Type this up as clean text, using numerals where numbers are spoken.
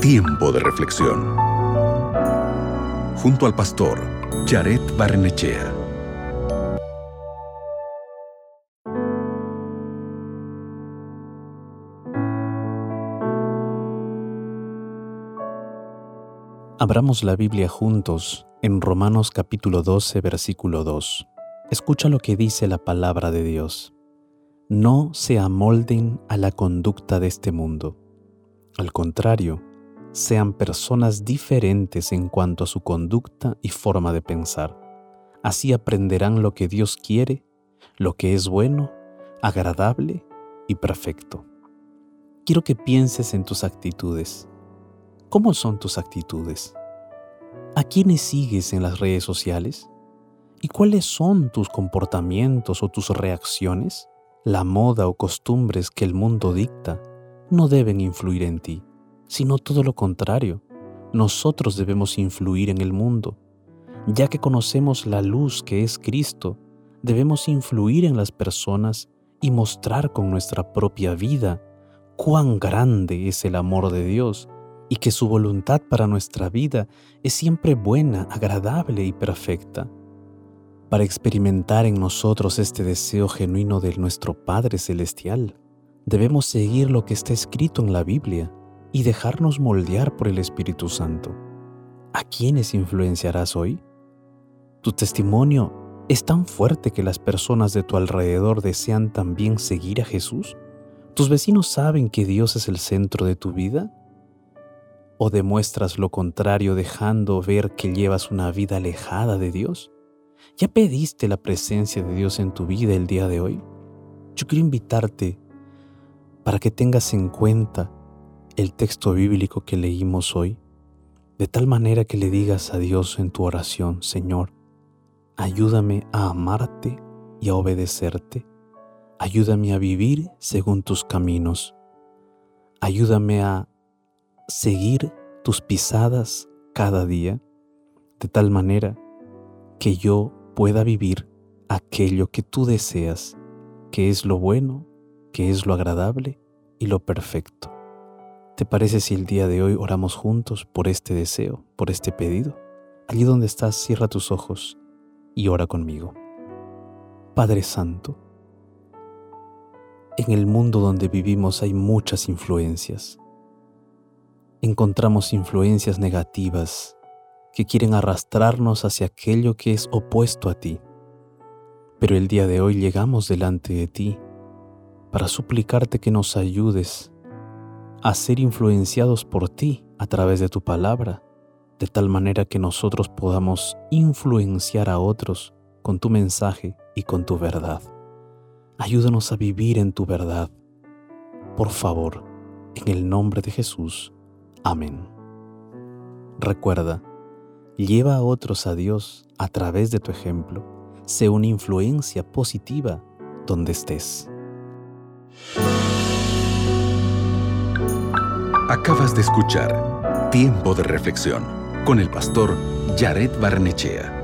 Tiempo de reflexión. Junto al pastor Jared Barrenechea. Abramos la Biblia juntos en Romanos capítulo 12, versículo 2. Escucha lo que dice la palabra de Dios. No se amolden a la conducta de este mundo. Al contrario, sean personas diferentes en cuanto a su conducta y forma de pensar. Así aprenderán lo que Dios quiere, lo que es bueno, agradable y perfecto. Quiero que pienses en tus actitudes. ¿Cómo son tus actitudes? ¿A quiénes sigues en las redes sociales? ¿Y cuáles son tus comportamientos o tus reacciones? La moda o costumbres que el mundo dicta no deben influir en ti, sino todo lo contrario. Nosotros debemos influir en el mundo. Ya que conocemos la luz que es Cristo, debemos influir en las personas y mostrar con nuestra propia vida cuán grande es el amor de Dios y que su voluntad para nuestra vida es siempre buena, agradable y perfecta. Para experimentar en nosotros este deseo genuino de nuestro Padre Celestial, debemos seguir lo que está escrito en la Biblia y dejarnos moldear por el Espíritu Santo. ¿A quiénes influenciarás hoy? ¿Tu testimonio es tan fuerte que las personas de tu alrededor desean también seguir a Jesús? ¿Tus vecinos saben que Dios es el centro de tu vida? ¿O demuestras lo contrario dejando ver que llevas una vida alejada de Dios? ¿Ya pediste la presencia de Dios en tu vida el día de hoy? Yo quiero invitarte para que tengas en cuenta el texto bíblico que leímos hoy, de tal manera que le digas a Dios en tu oración: Señor, ayúdame a amarte y a obedecerte. Ayúdame a vivir según tus caminos. Ayúdame a seguir tus pisadas cada día, de tal manera que yo pueda vivir aquello que tú deseas, que es lo bueno, que es lo agradable y lo perfecto. ¿Te parece si el día de hoy oramos juntos por este deseo, por este pedido? Allí donde estás, cierra tus ojos y ora conmigo. Padre Santo, en el mundo donde vivimos hay muchas influencias. Encontramos influencias negativas que quieren arrastrarnos hacia aquello que es opuesto a ti. Pero el día de hoy llegamos delante de ti para suplicarte que nos ayudes a ser influenciados por ti a través de tu palabra, de tal manera que nosotros podamos influenciar a otros con tu mensaje y con tu verdad. Ayúdanos a vivir en tu verdad. Por favor, en el nombre de Jesús. Amén. Recuerda, lleva a otros a Dios a través de tu ejemplo. Sé una influencia positiva donde estés. Acabas de escuchar Tiempo de reflexión con el pastor Jared Barrenechea.